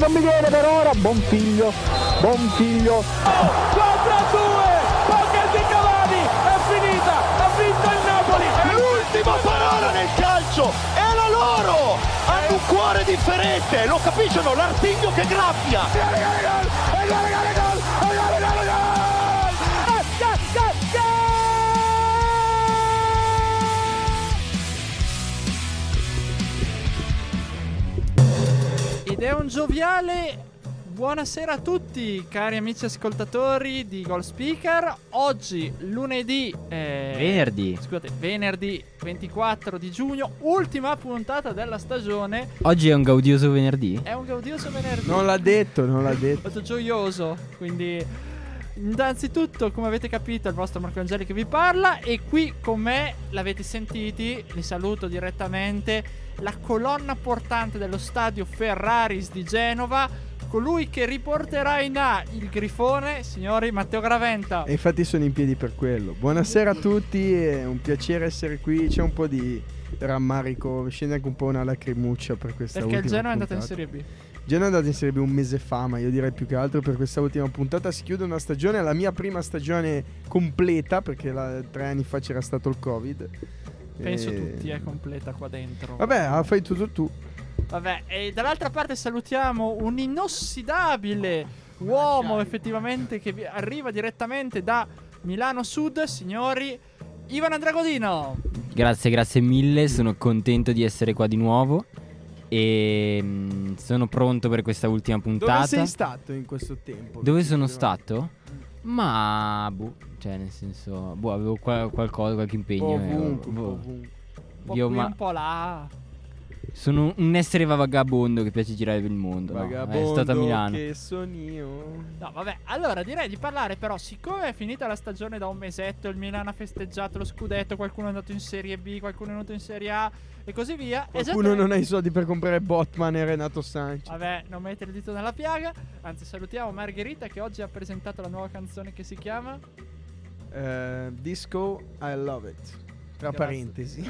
non mi viene per ora. Bonfiglio. 4-2, poker di Cavani, è finita, ha vinto il Napoli. L'ultima parola nel calcio è la loro. Hanno un cuore differente, lo capiscono, l'artiglio che graffia. Ed è un gioviale buonasera a tutti, cari amici ascoltatori di Goal Speaker. Oggi, venerdì 24 di giugno, ultima puntata della stagione. Oggi è un gaudioso venerdì? È un gaudioso venerdì. Non l'ha detto. Molto gioioso, quindi innanzitutto, come avete capito, è il vostro Marco Angeli che vi parla. E qui con me, l'avete sentiti, li saluto direttamente, la colonna portante dello stadio Ferraris di Genova, colui che riporterà in A il grifone, signori, Matteo Graventa. E infatti sono in piedi per quello. Buonasera a tutti, è un piacere essere qui. C'è un po' di rammarico, scende anche un po' una lacrimuccia per questa Perché ultima il Genoa è andato in puntata. Serie B. Genoa è andato in Serie B un mese fa, ma io direi più che altro per questa ultima puntata si chiude una stagione, la mia prima stagione completa, perché 3 anni fa c'era stato il Covid. Penso tutti è completa qua dentro. Vabbè, fai tutto tu. Vabbè, e dall'altra parte salutiamo un inossidabile uomo effettivamente che arriva direttamente da Milano Sud, signori, Ivan Andragodino. Grazie mille, sono contento di essere qua di nuovo e sono pronto per questa ultima puntata. Dove sei stato in questo tempo? Dove sono stato? Ma cioè nel senso, avevo qualcosa, qualche impegno. Ovunque. Un po' Io, qui, ma un po' là. sono un essere vagabondo che piace girare per il mondo. Vagabondo, È stato a Milano. che son io. No, vabbè, allora direi di parlare però, siccome è finita la stagione da un mesetto, il Milan ha festeggiato lo scudetto, qualcuno è andato in Serie B, qualcuno è andato in Serie A e così via. Qualcuno non ha i soldi per comprare Botman e Renato Sanchez. Vabbè, non mettere il dito nella piaga. Anzi, salutiamo Margherita che oggi ha presentato la nuova canzone che si chiama Disco I Love It. Tra Grazie. parentesi.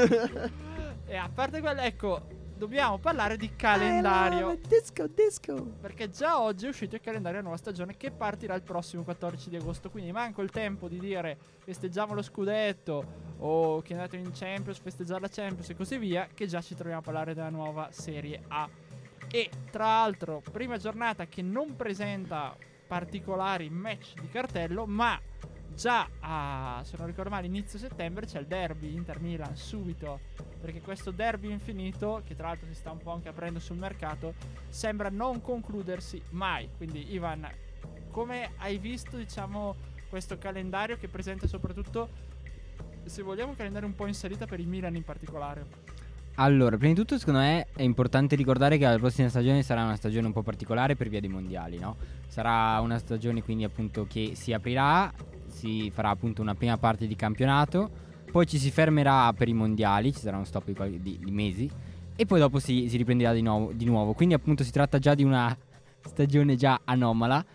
E a parte quello, ecco, dobbiamo parlare di calendario. Disco. Perché già oggi è uscito il calendario della nuova stagione che partirà il prossimo 14 di agosto. Quindi manco il tempo di dire festeggiamo lo scudetto o che è andato in Champions, festeggiare la Champions e così via, che già ci troviamo a parlare della nuova Serie A. E tra l'altro, prima giornata che non presenta particolari match di cartello, ma già se non ricordo male, inizio settembre c'è il derby Inter-Milan subito, perché questo derby infinito, che tra l'altro si sta un po' anche aprendo sul mercato, sembra non concludersi mai. Quindi Ivan, come hai visto, diciamo, questo calendario che presenta soprattutto, se vogliamo, un calendario un po' in salita per il Milan in particolare? Allora, prima di tutto secondo me è importante ricordare che la prossima stagione sarà una stagione un po' particolare per via dei mondiali, no? Sarà una stagione quindi appunto che si aprirà, si farà appunto una prima parte di campionato, poi ci si fermerà per i mondiali, ci sarà uno stop di mesi e poi dopo si riprenderà di nuovo. Quindi appunto si tratta già di una stagione già anomala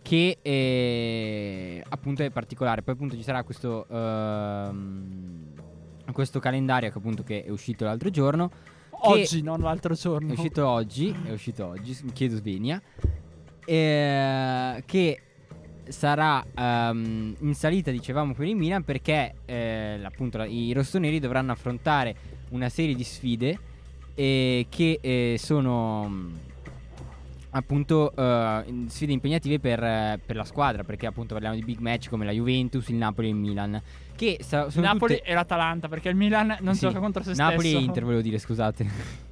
che appunto è particolare. Poi appunto ci sarà questo calendario che appunto che è uscito l'altro giorno. Oggi, non l'altro giorno. È uscito oggi, mi chiedo svenia. Che sarà in salita, dicevamo, per il Milan, perché appunto i rossoneri dovranno affrontare una serie di sfide che sono appunto sfide impegnative per la squadra, perché appunto parliamo di big match come la Juventus, il Napoli e il Milan, che sono Napoli tutte... e l'Atalanta, perché il Milan non gioca contro se Napoli stesso. e Inter, volevo dire, scusate.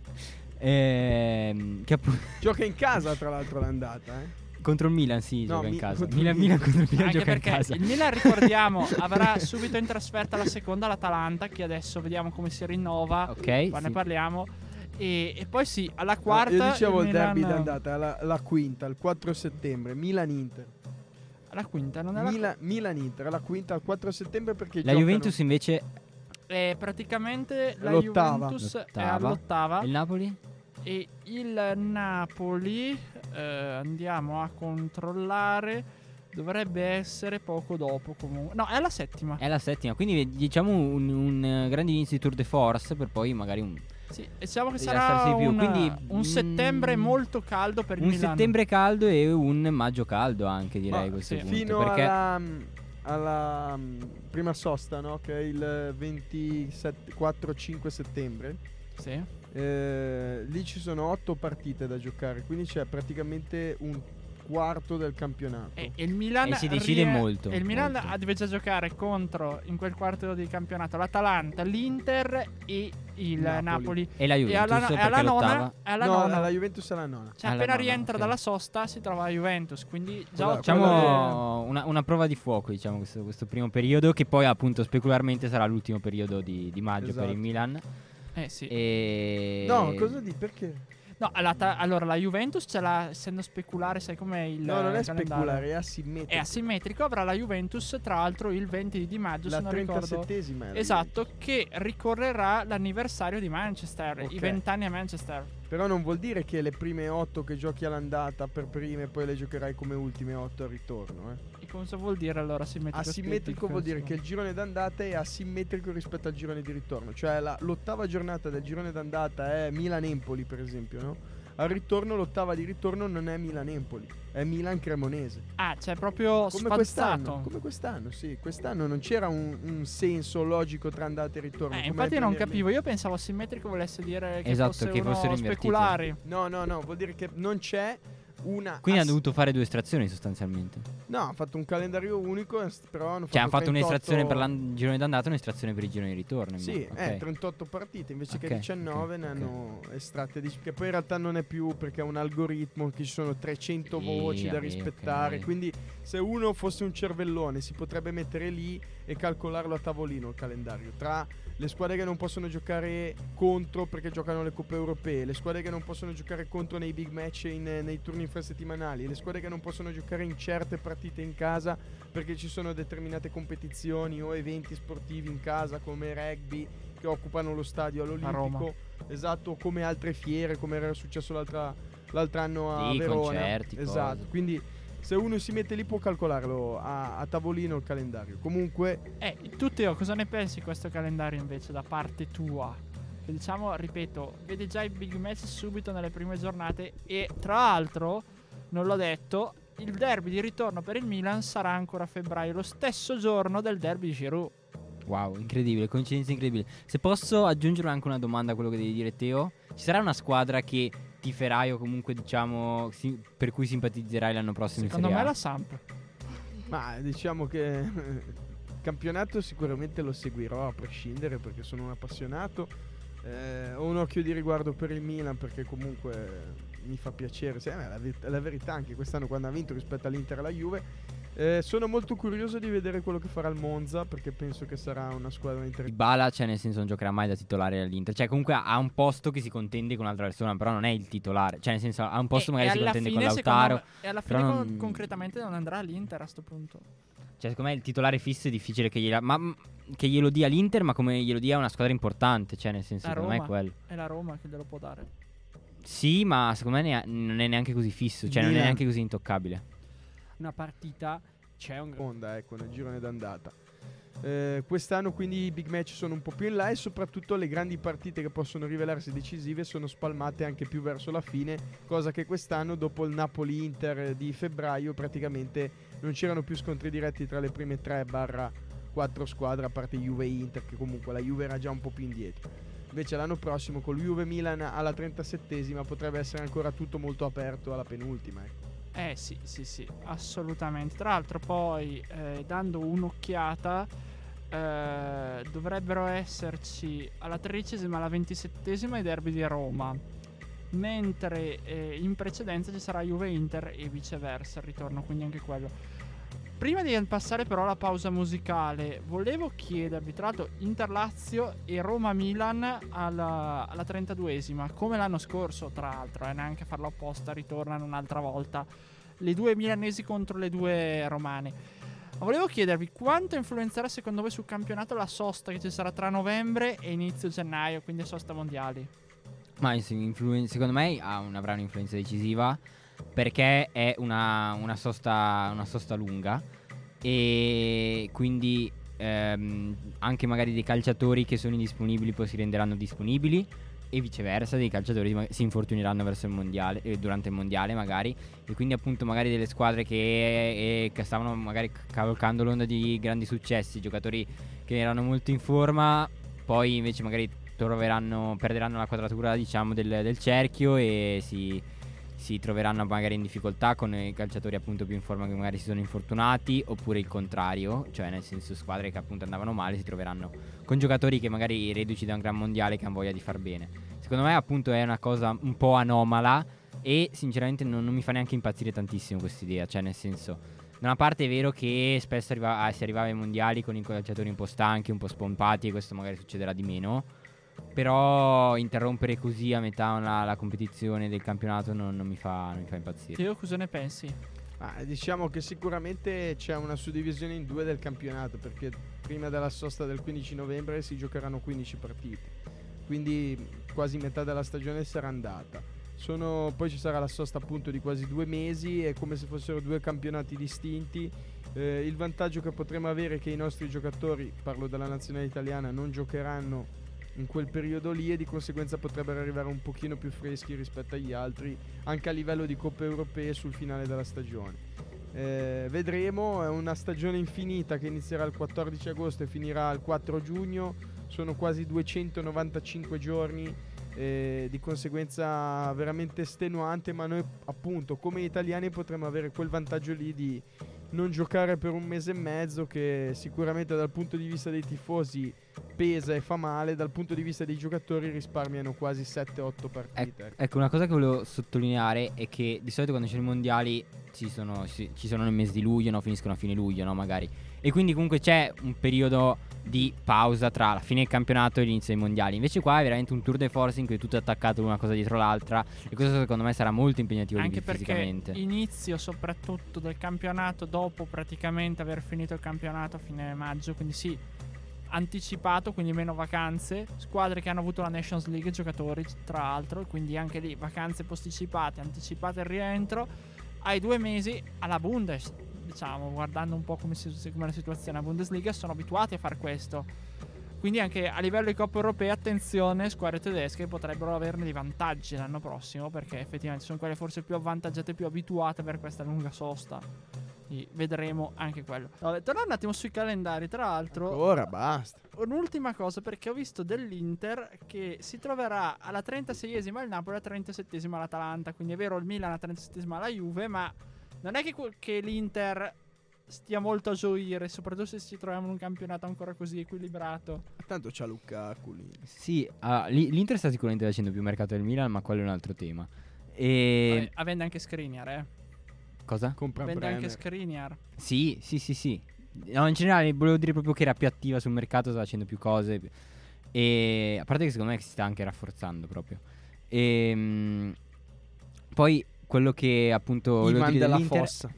Che Gioca in casa, tra l'altro, l'andata, contro il Milan, sì, No, gioca in casa. contro il Milan contro il Milan Anche gioca in perché casa. il Milan, ricordiamo, avrà subito in trasferta la seconda, l'Atalanta, che adesso vediamo come si rinnova. Ok, Qua sì. ne parliamo. E poi sì, alla quarta Io dicevo il derby Milan... d'andata, la quinta, il 4 settembre, Milan-Inter. Alla quinta, non è la Milan-Inter, la quinta al 4 settembre perché La giocano... Juventus invece praticamente la L'ottava. Juventus è all'ottava. E il Napoli? E il Napoli, andiamo a controllare, dovrebbe essere poco dopo comunque. No, è la settima. È la settima, quindi diciamo un grande inizio di Tour de Force per poi magari Sì, diciamo che Devi sarà alzarsi di più, un, quindi, un settembre molto caldo per il un Milan. settembre caldo e un maggio caldo anche, direi, a questo sì. punto. Fino perché alla prima sosta, no? Che è il 4-5 settembre. Sì. Lì ci sono 8 partite da giocare, quindi c'è praticamente un quarto del campionato. E il Milan E si decide molto, e il Milan molto. deve già giocare contro, in quel quarto di campionato, l'Atalanta, l'Inter e il Napoli. e la Juventus, e alla perché nona, l'ottava. e alla No, nona. la Juventus è la nona. Cioè, alla appena nona, rientra ok. dalla sosta si trova la Juventus. Quindi già Quella- Diciamo una prova di fuoco, diciamo, questo primo periodo, che poi appunto specularmente sarà l'ultimo periodo di maggio per Esatto. il Milan. sì. E No, cosa di? Perché? No, allora la Juventus ce l'ha, essendo speculare, sai com'è il No, non è calendario? speculare, è asimmetrico. È asimmetrico, avrà la Juventus tra l'altro il 20 di maggio, La se non ricordo. 37esima è la Esatto, che ricorrerà l'anniversario di Manchester, Ok. i 20 anni a Manchester. Però non vuol dire che le prime 8 che giochi all'andata per prime poi le giocherai come ultime 8 al ritorno. E cosa vuol dire allora asimmetrico? Asimmetrico vuol dire che il girone d'andata è asimmetrico rispetto al girone di ritorno. Cioè l'ottava giornata del girone d'andata è Milan-Empoli, per esempio, no? Al ritorno l'ottava di ritorno non è Milan-Empoli, è Milan-Cremonese. Ah, c'è proprio Come quest'anno, sfazzato. come quest'anno, sì. Quest'anno non c'era un senso logico tra andata e ritorno. come Infatti al non Premier capivo, io pensavo asimmetrico volesse dire che Esatto, fosse che uno fossero invertiti. speculari. League. No, vuol dire che non c'è una... quindi hanno dovuto fare 2 estrazioni sostanzialmente. No, hanno fatto un calendario unico, però hanno fatto Cioè hanno fatto 38 un'estrazione per il girone d'andata e un'estrazione per il girone di ritorno. Sì, ok. 38 partite invece Ok, che 19 ok, ne ok. hanno estratte che poi in realtà non è più, perché è un algoritmo che ci sono 300 Sì, voci da vabbè, rispettare, ok. quindi se uno fosse un cervellone si potrebbe mettere lì e calcolarlo a tavolino il calendario tra le squadre che non possono giocare contro perché giocano le coppe europee, le squadre che non possono giocare contro nei big match nei turni infrasettimanali, le squadre che non possono giocare in certe partite in casa perché ci sono determinate competizioni o eventi sportivi in casa come rugby che occupano lo stadio all'Olimpico. Roma. Esatto, come altre fiere, come era successo l'altro anno a Sì, Verona. concerti, esatto, cose. quindi se uno si mette lì può calcolarlo a tavolino il calendario. Comunque Tu Teo, cosa ne pensi di questo calendario invece da parte tua? Che diciamo, ripeto, vede già i big match subito nelle prime giornate e tra l'altro, non l'ho detto, il derby di ritorno per il Milan sarà ancora a febbraio, lo stesso giorno del derby di Giroud. Wow, incredibile, coincidenza incredibile. Se posso aggiungere anche una domanda a quello che devi dire Teo, ci sarà una squadra che tiferai o comunque diciamo per cui simpatizzerai l'anno prossimo Secondo in me Serie la A? Samp. ma diciamo che il campionato sicuramente lo seguirò a prescindere perché sono un appassionato. Ho un occhio di riguardo per il Milan perché comunque mi fa piacere. Sì, è la verità anche quest'anno quando ha vinto rispetto all'Inter e alla Juve. Sono molto curioso di vedere quello che farà il Monza perché penso che sarà una squadra interessante. Dybala, cioè nel senso non giocherà mai da titolare all'Inter. Cioè comunque ha un posto che si contende con un'altra persona, però non è il titolare. Cioè nel senso ha un posto magari si alla contende con fine, Lautaro. secondo me- E alla fine però non- concretamente non andrà all'Inter a sto punto. Cioè secondo me il titolare fisso è difficile che che glielo dia l'Inter, ma come glielo dia una squadra importante. Cioè nel senso La secondo me è Roma. quello. È la Roma che glielo può dare. Sì, ma secondo me non è neanche così fisso. Cioè non è Milan. neanche così intoccabile. Una partita, c'è un Seconda, ecco, nel girone d'andata. Quest'anno quindi i big match sono un po' più in là e soprattutto le grandi partite che possono rivelarsi decisive sono spalmate anche più verso la fine, cosa che quest'anno dopo il Napoli-Inter di febbraio praticamente non c'erano più scontri diretti tra le prime 3/4 squadre, a parte Juve e Inter che comunque la Juve era già un po' più indietro. Invece l'anno prossimo con Juve-Milan alla 37esima potrebbe essere ancora tutto molto aperto alla penultima, ecco. Sì, assolutamente. Tra l'altro poi dando un'occhiata dovrebbero esserci alla 13esima, alla 27esima i derby di Roma, mentre in precedenza ci sarà Juve-Inter e viceversa, il ritorno, quindi anche quello. Prima di passare però alla pausa musicale, volevo chiedervi, tra l'altro, Inter-Lazio e Roma-Milan alla 32esima, come l'anno scorso, tra l'altro, neanche farlo apposta, ritornano un'altra volta le due milanesi contro le due romane. Ma volevo chiedervi quanto influenzerà secondo voi sul campionato la sosta che ci sarà tra novembre e inizio gennaio, quindi sosta mondiali? Ma secondo me avrà un'influenza decisiva perché è una sosta lunga e quindi anche magari dei calciatori che sono indisponibili poi si renderanno disponibili e viceversa dei calciatori si infortuneranno verso il mondiale, durante il mondiale magari, e quindi appunto magari delle squadre che stavano magari cavalcando l'onda di grandi successi, giocatori che erano molto in forma, poi invece magari perderanno la quadratura, diciamo, del cerchio e si troveranno magari in difficoltà con i calciatori appunto più in forma che magari si sono infortunati, oppure il contrario, cioè nel senso squadre che appunto andavano male si troveranno con giocatori che magari reduci da un gran mondiale che hanno voglia di far bene. Secondo me appunto è una cosa un po' anomala e sinceramente non mi fa neanche impazzire tantissimo quest'idea, cioè nel senso, da una parte è vero che spesso si arrivava ai mondiali con i calciatori un po' stanchi, un po' spompati, e questo magari succederà di meno, però interrompere così a metà la competizione del campionato non mi fa impazzire. Teo, cosa ne pensi? Diciamo che sicuramente c'è una suddivisione in due del campionato, perché prima della sosta del 15 novembre si giocheranno 15 partite, quindi quasi metà della stagione sarà andata. Poi ci sarà la sosta appunto di quasi 2 mesi, è come se fossero due campionati distinti. Il vantaggio che potremo avere è che i nostri giocatori, parlo della nazionale italiana, non giocheranno in quel periodo lì e di conseguenza potrebbero arrivare un pochino più freschi rispetto agli altri, anche a livello di coppe europee sul finale della stagione. Vedremo, è una stagione infinita che inizierà il 14 agosto e finirà il 4 giugno, sono quasi 295 giorni, di conseguenza veramente estenuante, ma noi appunto come italiani potremo avere quel vantaggio lì di non giocare per un mese e mezzo, che sicuramente dal punto di vista dei tifosi pesa e fa male, dal punto di vista dei giocatori risparmiano quasi 7-8 partite. Ecco, una cosa che volevo sottolineare è che di solito quando ci sono i mondiali ci sono nel mese di luglio, no? Finiscono a fine luglio, no? Magari. E quindi comunque c'è un periodo di pausa tra la fine del campionato e l'inizio dei mondiali. Invece qua è veramente un tour de force in cui tutto è attaccato una cosa dietro l'altra, e questo secondo me sarà molto impegnativo Anche fisicamente. perché inizio soprattutto del campionato dopo praticamente aver finito il campionato a fine maggio, quindi sì, anticipato, quindi meno vacanze, squadre che hanno avuto la Nations League, giocatori tra l'altro, quindi anche lì vacanze posticipate, anticipate il rientro, ai 2 mesi alla Bundes, diciamo, guardando un po' come la situazione a Bundesliga, sono abituati a fare questo, quindi anche a livello di Coppa Europea attenzione, squadre tedesche potrebbero averne dei vantaggi l'anno prossimo, perché effettivamente sono quelle forse più avvantaggiate, più abituate per questa lunga sosta. Vedremo anche quello. Vabbè, tornando un attimo sui calendari, tra l'altro Ora basta. un'ultima cosa, perché ho visto dell'Inter che si troverà alla 36esima il Napoli, alla 37esima l'Atalanta, quindi è vero il Milan alla 37esima la Juve, ma non è che l'Inter stia molto a gioire, soprattutto se ci troviamo in un campionato ancora così equilibrato. Tanto c'ha Lukaku lì. Sì, l'Inter sta sicuramente facendo più mercato del Milan, ma quello è un altro tema. E Vabbè, vende anche Skriniar, cosa? Compra vende Bremer. anche Skriniar. Sì. No, in generale volevo dire proprio che era più attiva sul mercato, sta facendo più cose. E a parte che secondo me si sta anche rafforzando proprio. E poi quello che appunto volevo Ivan dire della dell'Inter, Fossa.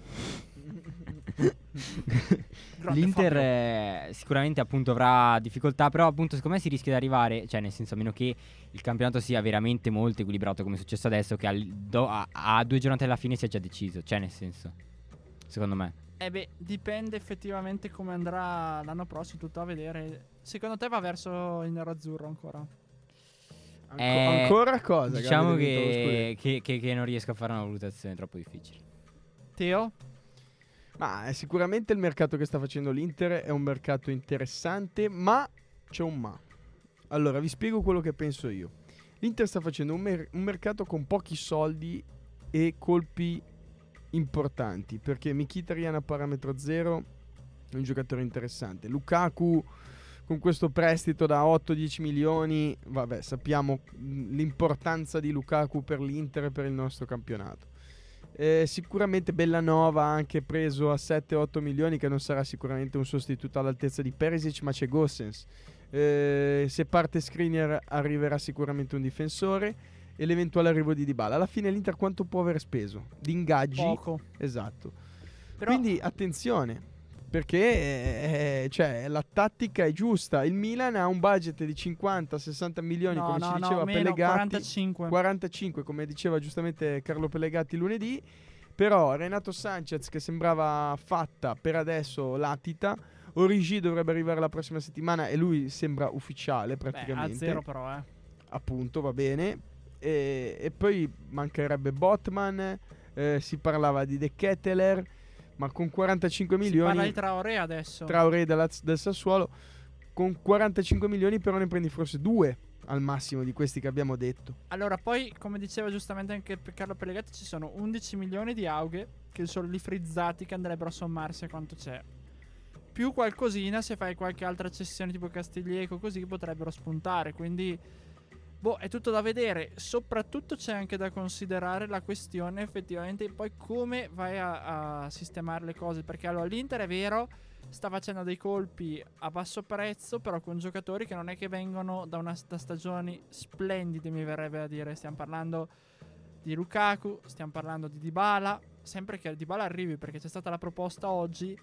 l'Inter sicuramente appunto avrà difficoltà, però appunto secondo me si rischia di arrivare, cioè nel senso, a meno che il campionato sia veramente molto equilibrato come è successo adesso, che a 2 giornate alla fine sia già deciso, cioè nel senso, secondo me. Dipende effettivamente come andrà l'anno prossimo, tutto a vedere. Secondo te va verso il nero-azzurro ancora? Ancora cosa? Diciamo Gabriele, che non riesco a fare una valutazione troppo difficile. Teo? Ma sicuramente il mercato che sta facendo l'Inter è un mercato interessante, ma c'è un ma. Allora, vi spiego quello che penso io. L'Inter sta facendo un mercato con pochi soldi e colpi importanti, perché Mkhitaryan a parametro zero è un giocatore interessante. Lukaku con questo prestito da 8-10 milioni, vabbè, sappiamo l'importanza di Lukaku per l'Inter e per il nostro campionato. Sicuramente Bellanova anche preso a 7-8 milioni, che non sarà sicuramente un sostituto all'altezza di Perisic, ma c'è Gosens. Se parte Skriniar arriverà sicuramente un difensore e l'eventuale arrivo di Dybala. Alla fine l'Inter quanto può aver speso? Di ingaggi? Poco. Esatto. Però Quindi attenzione, perché cioè, la tattica è giusta. Il Milan ha un budget di 50-60 milioni, come ci diceva meno, Pellegatti. 45. 45, come diceva giustamente Carlo Pellegatti lunedì. Però Renato Sanchez, che sembrava fatta, per adesso latita. Origi dovrebbe arrivare la prossima settimana e lui sembra ufficiale praticamente. A zero però, appunto, va bene. E poi mancherebbe Botman, si parlava di De Ketteler, ma con 45 Si milioni... parla di Traoré adesso. Traoré del Sassuolo, con 45 milioni però ne prendi forse 2 al massimo di questi che abbiamo detto. Allora, poi, come diceva giustamente anche Carlo Pellegatti, ci sono 11 milioni di Aughe che sono lì frizzati, che andrebbero a sommarsi a quanto c'è. Più qualcosina, se fai qualche altra cessione tipo Castiglieco, così potrebbero spuntare. Quindi, boh, è tutto da vedere. Soprattutto c'è anche da considerare la questione effettivamente poi come vai a sistemare le cose. Perché allora l'Inter è vero, sta facendo dei colpi a basso prezzo, però con giocatori che non è che vengono da stagioni splendide, mi verrebbe a dire. Stiamo parlando di Lukaku, stiamo parlando di Dybala, sempre che Dybala arrivi, perché c'è stata la proposta oggi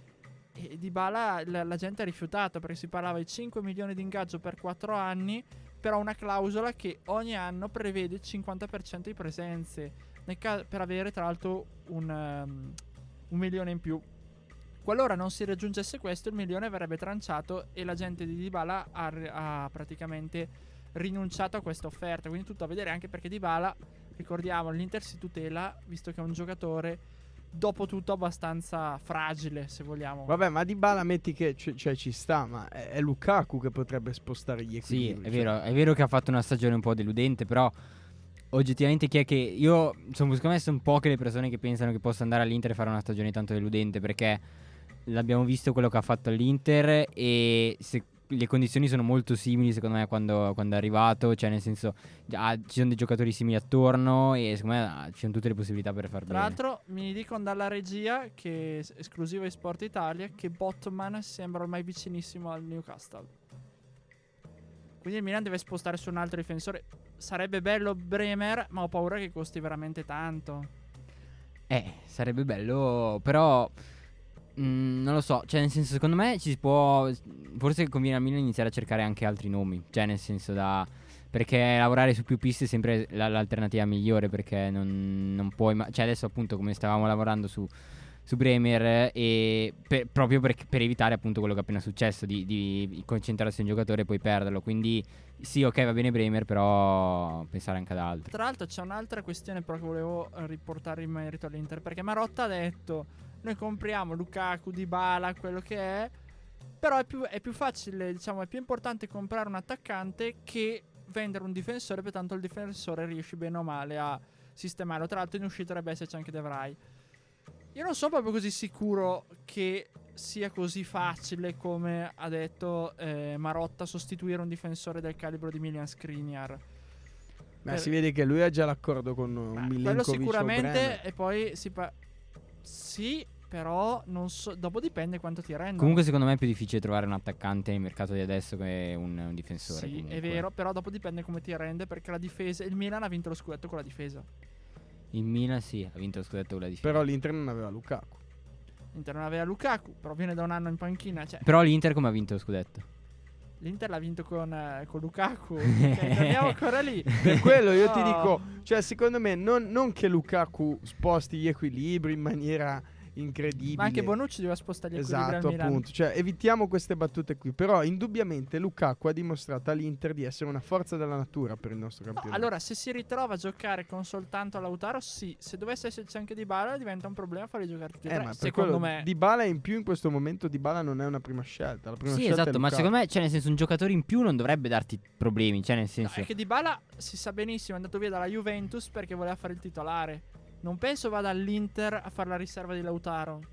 e Dybala la gente ha rifiutato, perché si parlava di 5 milioni di ingaggio per 4 anni, però una clausola che ogni anno prevede il 50% di presenze per avere tra l'altro un milione in più. Qualora non si raggiungesse questo, il milione verrebbe tranciato e la gente di Dybala ha praticamente rinunciato a questa offerta. Quindi tutto a vedere, anche perché Dybala, ricordiamo, l'Inter si tutela, visto che è un giocatore dopo tutto abbastanza fragile, se vogliamo. Vabbè, ma Dybala metti che cioè ci sta, ma è Lukaku che potrebbe spostare gli Sì, equilibri. è vero che ha fatto una stagione un po' deludente, però oggettivamente chi è che... Io, secondo me sono poche le persone che pensano che possa andare all'Inter e fare una stagione tanto deludente, perché l'abbiamo visto quello che ha fatto all'Inter e le condizioni sono molto simili secondo me quando è arrivato, cioè nel senso ci sono dei giocatori simili attorno e secondo me ci sono tutte le possibilità per far Tra bene. l'altro mi dicono dalla regia, che è esclusiva di Sport Italia, che Botman sembra ormai vicinissimo al Newcastle. Quindi il Milan deve spostare su un altro difensore. Sarebbe bello Bremer, ma ho paura che costi veramente tanto. Sarebbe bello, però non lo so, cioè nel senso secondo me ci si può, forse conviene al Milan iniziare a cercare anche altri nomi, cioè nel senso perché lavorare su più piste è sempre l'alternativa migliore, perché non puoi, cioè adesso appunto come stavamo lavorando su Bremer e proprio per evitare appunto quello che è appena successo di concentrarsi su un giocatore e poi perderlo, quindi sì, ok, va bene Bremer, però pensare anche ad altri. Tra l'altro c'è un'altra questione però che volevo riportare in merito all'Inter, perché Marotta ha detto: noi compriamo Lukaku, Dybala, quello che è, però è più facile, diciamo, è più importante comprare un attaccante che vendere un difensore, per tanto il difensore riesci bene o male a sistemarlo. Tra l'altro in uscita dovrebbe esserci anche De Vrij. Io non sono proprio così sicuro che sia così facile, come ha detto Marotta, sostituire un difensore del calibro di Milan Skriniar. Ma si vede che lui ha già l'accordo con Milenkovic. Quello sicuramente, o Bremer. e poi sì, però non so, dopo dipende quanto ti rendono. Comunque secondo me è più difficile trovare un attaccante nel mercato di adesso che un difensore. Sì, comunque. è vero, però dopo dipende come ti rende, perché la difesa, il Milan ha vinto lo scudetto con la difesa. Il Milan sì, ha vinto lo scudetto con la difesa. Però l'Inter non aveva Lukaku. L'Inter non aveva Lukaku, però viene da un anno in panchina, cioè Però l'Inter come ha vinto lo scudetto? l'Inter l'ha vinto con Lukaku. Cioè, torniamo ancora lì. Per quello io ti No. dico, cioè secondo me non che Lukaku sposti gli equilibri in maniera incredibile. Ma anche Bonucci doveva spostare gli equilibri Esatto, al Milan. appunto, cioè evitiamo queste battute qui. Però indubbiamente Lukaku ha dimostrato all'Inter di essere una forza della natura per il nostro No, campionato. allora, se si ritrova a giocare con soltanto Lautaro, sì. Se dovesse esserci anche Dybala, diventa un problema farli giocare tutti e tre. ma per Secondo quello me. Dybala in più in questo momento Dybala non è una prima scelta. La prima Sì, scelta esatto, è ma Lukaku. secondo me, cioè nel senso, un giocatore in più non dovrebbe darti problemi, cioè nel No, senso... è che Dybala si sa benissimo, è andato via dalla Juventus perché voleva fare il titolare. Non penso vada all'Inter a fare la riserva di Lautaro.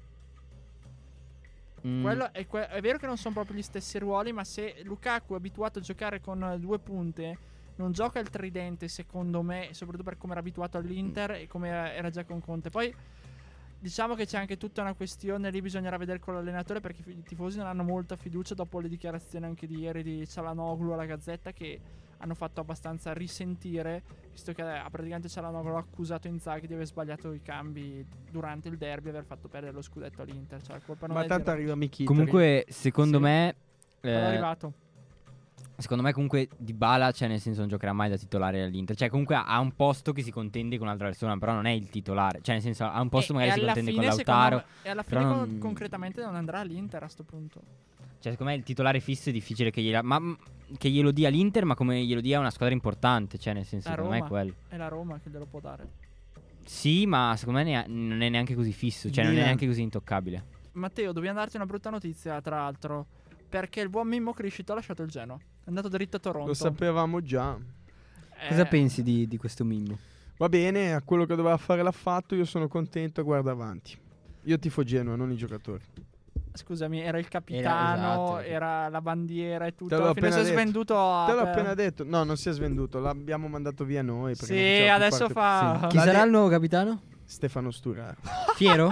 Quello è vero che non sono proprio gli stessi ruoli, ma se Lukaku è abituato a giocare con due punte, non gioca il tridente, secondo me, soprattutto per come era abituato all'Inter e come era già con Conte. Poi diciamo che c'è anche tutta una questione, lì bisognerà vedere con l'allenatore, perché i tifosi non hanno molta fiducia dopo le dichiarazioni anche di ieri di Çalhanoğlu alla Gazzetta, che hanno fatto abbastanza risentire, visto che praticamente Çalhanoğlu ha accusato Inzaghi di aver sbagliato i cambi durante il derby e aver fatto perdere lo scudetto all'Inter. Cioè, la colpa non Ma è tanto di arriva Mkhitaryan. Comunque, secondo Sì. me... Però è arrivato. Secondo me comunque Dybala, cioè nel senso non giocherà mai da titolare all'Inter. Cioè comunque ha un posto che si contende con un'altra persona, però non è il titolare. Cioè nel senso ha un posto magari si alla contende con fine, Lautaro. secondo me- E alla però fine non- concretamente non andrà all'Inter a sto punto. Cioè secondo me il titolare fisso è difficile che gliela... Ma che glielo dia l'Inter, ma come glielo dia una squadra importante. Cioè, nel senso, La secondo me è Roma. quello. È la Roma che glielo può dare. Sì, ma secondo me non è neanche così fisso. Cioè, non è Milan. neanche così intoccabile. Matteo, dobbiamo darti una brutta notizia, tra l'altro. Perché il buon Mimmo Criscito ha lasciato il Genoa. È andato dritto a Toronto. Lo sapevamo già. Cosa pensi di questo Mimmo? Va bene, a quello che doveva fare l'ha fatto, io sono contento e guarda avanti. Io tifo Genoa, non i giocatori. Scusami, era il capitano, esatto. era la bandiera e Te tutto. l'ho Alla fine si è appena detto. svenduto a... Te l'ho appena detto. No, non si è svenduto, l'abbiamo mandato via noi. perché non Sì, faceva più adesso parte- fa... Chi La sarà de- il nuovo capitano? Stefano Sturaro. Fiero?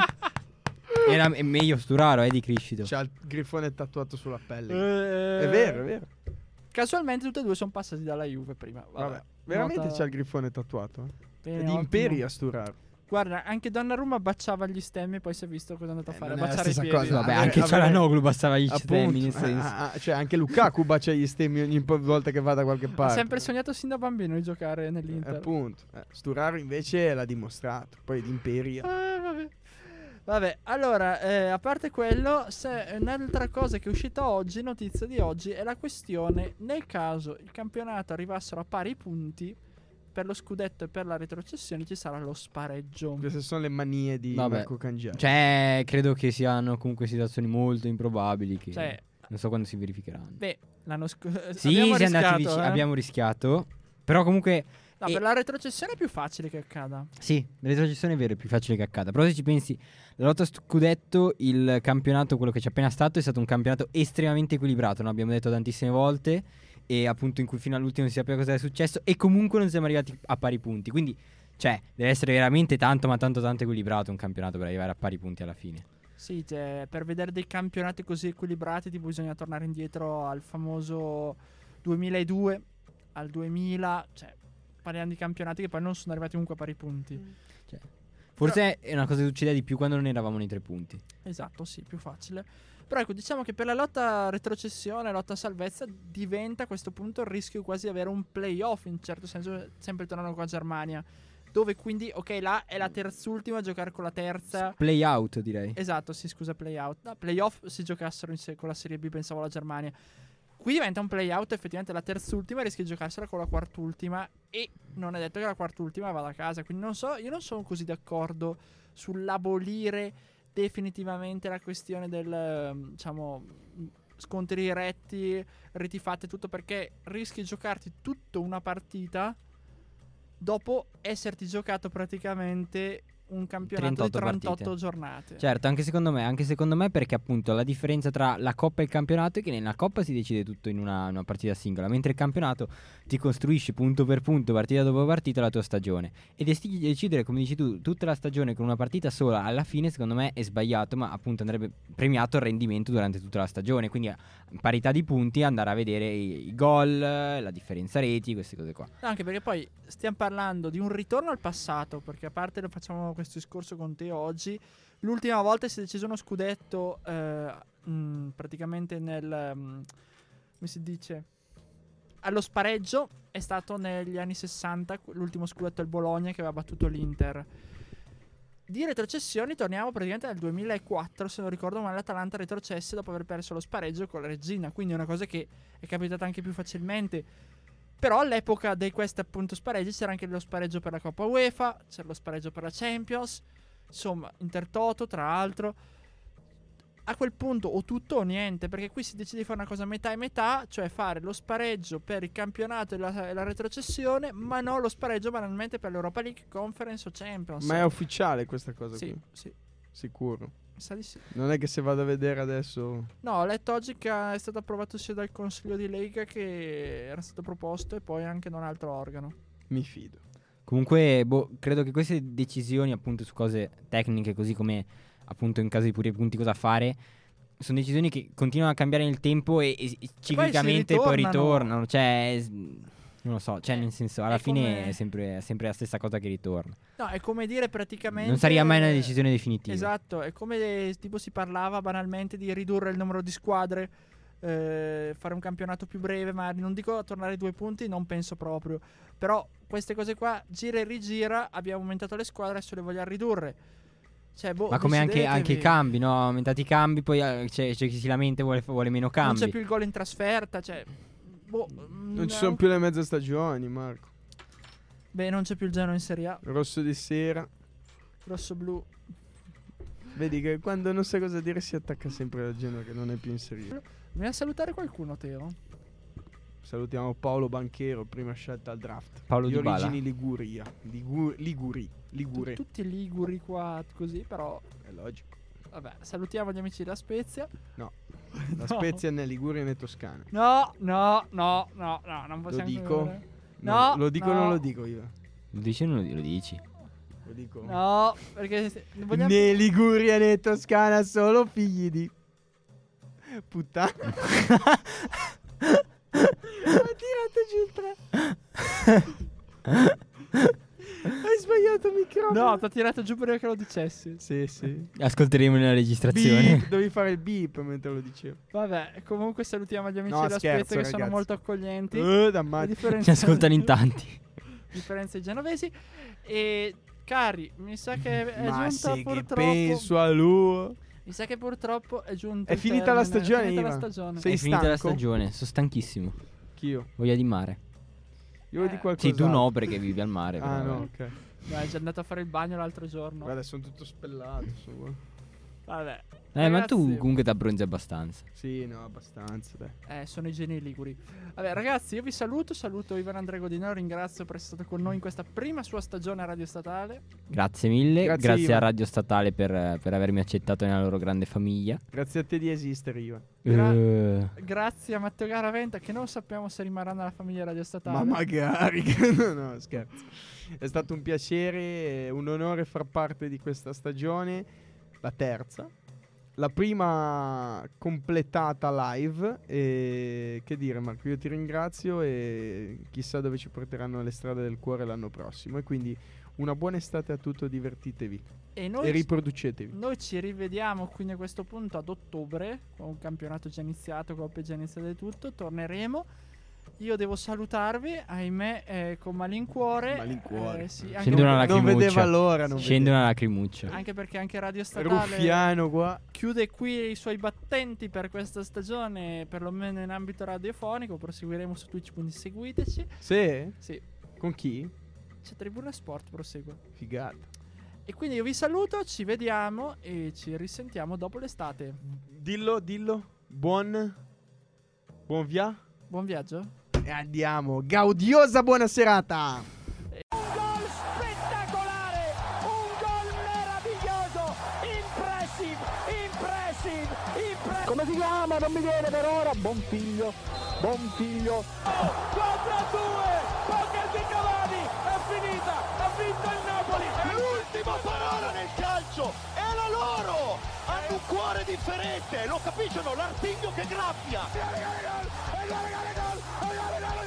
È meglio Sturaro, di Criscito. C'ha il grifone tatuato sulla pelle. Eh, È vero, è vero. Casualmente tutti e due sono passati dalla Juve prima. Vabbè, veramente nota- c'ha il grifone tatuato? Bene, È di ottimo. Imperia Sturaro. Guarda, anche Donnarumma baciava gli stemmi e poi si è visto cosa è andato a fare. non è la Baciare i stessa piedi. cosa. Vabbè, Avere- anche avere- Cialanoglu bastava gli stemmi, Appunto, nel senso. cioè anche Lukaku bacia gli stemmi ogni volta che va da qualche Ha parte. sempre sognato sin da bambino di giocare nell'Inter. Appunto. Sturaro invece l'ha dimostrato. Poi di Imperia. Vabbè, allora, a parte quello, un'altra cosa che è uscita oggi, notizia di oggi, è la questione nel caso il campionato arrivassero a pari punti, per lo scudetto e per la retrocessione ci sarà lo spareggio. Queste sono le manie di Vabbè. Marco Cangiani. Cioè, credo che siano comunque situazioni molto improbabili che Cioè, non so quando si verificheranno. beh, l'anno scorso Sì, si è andati rischiato, abbiamo rischiato. Però comunque No, per la retrocessione è più facile che accada. sì, la retrocessione è vero, è più facile che accada. Però se ci pensi, la lotta scudetto, il campionato, quello che c'è appena stato, è stato un campionato estremamente equilibrato, no? Abbiamo detto tantissime volte. E appunto in cui fino all'ultimo non si sapeva cosa è successo. E comunque non siamo arrivati a pari punti. Quindi, cioè, deve essere veramente tanto, ma tanto equilibrato un campionato per arrivare a pari punti alla fine. Sì, cioè, per vedere dei campionati così equilibrati bisogna tornare indietro al famoso 2002, al 2000, cioè parliamo di campionati che poi non sono arrivati comunque a pari punti. Cioè, forse è una cosa che succedeva di più quando non eravamo nei 3 punti. Esatto, sì, più facile. Però ecco, diciamo che per la lotta retrocessione, lotta salvezza, diventa a questo punto il rischio quasi di avere un playoff, in certo senso, sempre tornando qua a Germania, dove quindi, ok, là è la terzultima a giocare con la terza. Play out, direi. Esatto, sì, scusa, playout. No, playoff si giocassero con la Serie B, pensavo la Germania. Qui diventa un playout, effettivamente la terzultima rischia di giocarsela con la quartultima e non è detto che la quartultima vada a casa, quindi non so, io non sono così d'accordo sull'abolire definitivamente la questione del, diciamo, scontri diretti, reti fatte, tutto, perché rischi di giocarti tutta una partita dopo esserti giocato praticamente un campionato di 38 partite. giornate. Certo, anche secondo me, perché appunto la differenza tra la Coppa e il campionato è che nella Coppa si decide tutto in una partita singola, mentre il campionato ti costruisci punto per punto, partita dopo partita, la tua stagione. E decidere, come dici tu, tutta la stagione con una partita sola alla fine, secondo me è sbagliato, ma appunto andrebbe premiato il rendimento durante tutta la stagione. Quindi a parità di punti andare a vedere i gol, la differenza reti, queste cose qua. No, anche perché poi stiamo parlando di un ritorno al passato, perché a parte lo facciamo questo discorso con te oggi, l'ultima volta si è deciso uno scudetto praticamente nel come si dice, allo spareggio, è stato negli anni 60, l'ultimo scudetto al Bologna che aveva battuto l'Inter. Di retrocessioni torniamo praticamente nel 2004, se non ricordo male, l'Atalanta retrocesse dopo aver perso lo spareggio con la Reggina, quindi è una cosa che è capitata anche più facilmente. Però all'epoca di questi appunto spareggi c'era anche lo spareggio per la Coppa UEFA, c'era lo spareggio per la Champions, insomma Intertoto tra l'altro. A quel punto o tutto o niente, perché qui si decide di fare una cosa metà e metà, cioè fare lo spareggio per il campionato e la retrocessione, ma non lo spareggio banalmente per l'Europa League, Conference o Champions. Ma è ufficiale questa cosa Sì, qui? sì, Sicuro. mi sa di sì. Non è che se vado a vedere adesso... No, ho letto oggi che è stato approvato sia dal Consiglio di Lega che era stato proposto e poi anche da un altro organo. Mi fido. Comunque, credo che queste decisioni appunto su cose tecniche, così come appunto in caso di pure punti cosa fare, sono decisioni che continuano a cambiare nel tempo e ciclicamente poi ritornano. Cioè, non lo so, cioè nel senso, alla fine è sempre la stessa cosa che ritorna. No, è come dire praticamente... Non sarebbe mai una decisione definitiva. Esatto, è come tipo si parlava banalmente di ridurre il numero di squadre, fare un campionato più breve, ma non dico a tornare ai 2 punti, non penso proprio. Però queste cose qua, gira e rigira, abbiamo aumentato le squadre, adesso le vogliamo ridurre. Cioè, Ma come anche i cambi, no? Aumentati i cambi, poi c'è chi si lamenta e vuole meno cambi. Non c'è più il gol in trasferta, cioè... Boh, Non ci sono più le mezze stagioni, Marco. Beh, non c'è più il Genoa in Serie A. Rosso di sera. Rosso-blu. Vedi che quando non sai cosa dire si attacca sempre al Genoa che non è più in Serie A. Dobbiamo salutare qualcuno, Teo? Salutiamo Paolo Banchero, prima scelta al draft. Paolo di Dybala. origini Liguria. Ligure. Tutti liguri qua così, però È logico. vabbè, salutiamo gli amici della Spezia. No. La No. Spezia né Liguria né Toscana. No, non possiamo dico? chiudere. No, No, lo dico o no. non lo dico io? Lo dici o non lo dici? Lo dico. No, perché vogliamo... Né Liguria né Toscana, solo figli di puttana. Tirate giù il 3. Hai sbagliato il microfono. No, ti ho tirato giù prima che lo dicessi. Sì. Ascolteremo nella registrazione. Beep, dovevi fare il beep mentre lo dicevo. Vabbè, comunque salutiamo gli amici No, della scherzo, Spezia che sono ragazzi. molto accoglienti. Da A ma- differenza- Ci ascoltano in tanti. a differenza dei genovesi. E cari, mi sa che è Ma giunta sì, che purtroppo. penso a lui. Mi sa che purtroppo è giunta. È il finita la termine, stagione, È finita la Ivan. stagione. Sei È finita la stanco? stagione, sono stanchissimo. Chi Voglia di mare. Io di qualcosa. Sì, tu no perché vivi al mare. Ah, però, no, vabbè. ok. Dai, è già andato a fare il bagno l'altro giorno. Guarda, sono tutto spellato. Vabbè. Ma tu Ragazzi, comunque ti abbronzi abbastanza. Sì, no, abbastanza, dai. sono i geni liguri. Vabbè, ragazzi, io vi saluto Ivan Andrea Godinò, ringrazio per essere stato con noi in questa prima sua stagione a Radio Statale. Grazie mille. Grazie, Grazie a Ivan. Radio Statale per avermi accettato nella loro grande famiglia. Grazie a te di esistere, Ivan. Grazie a Matteo Garaventa, che non sappiamo se rimarrà nella famiglia Radio Statale. Ma magari. No, scherzo. È stato un piacere, un onore far parte di questa stagione, la terza. La prima completata live. E che dire, Marco, io ti ringrazio e chissà dove ci porteranno le strade del cuore l'anno prossimo. E quindi una buona estate a tutti, divertitevi E e noi, riproducetevi. noi ci rivediamo quindi a questo punto ad ottobre, con un campionato già iniziato, coppe già iniziate e tutto. Torneremo. Io devo salutarvi, ahimè, con malincuore. Malincuore. Sì, Scende anche, una Non lacrimuccia. vedeva l'ora, non Scende vedeva. una lacrimuccia. anche perché anche Radio Statale Ruffiano qua. chiude qui i suoi battenti per questa stagione, perlomeno in ambito radiofonico. Proseguiremo su Twitch, quindi seguiteci. Sì? Sì, Con chi? c'è Tribuna Sport, prosegue. Figata. E quindi io vi saluto, ci vediamo e ci risentiamo dopo l'estate. Dillo. Buon via. Buon viaggio. E andiamo. Gaudiosa buona serata. Un gol spettacolare, un gol meraviglioso, impressive. Come si chiama? Non mi viene per ora. Buon figlio. 4-2, poker di Cavani, è finita, ha vinto il Napoli. L'ultima parola nel calcio è la loro. Hanno un cuore differente, lo capiscono? L'artiglio che graffia. Gol!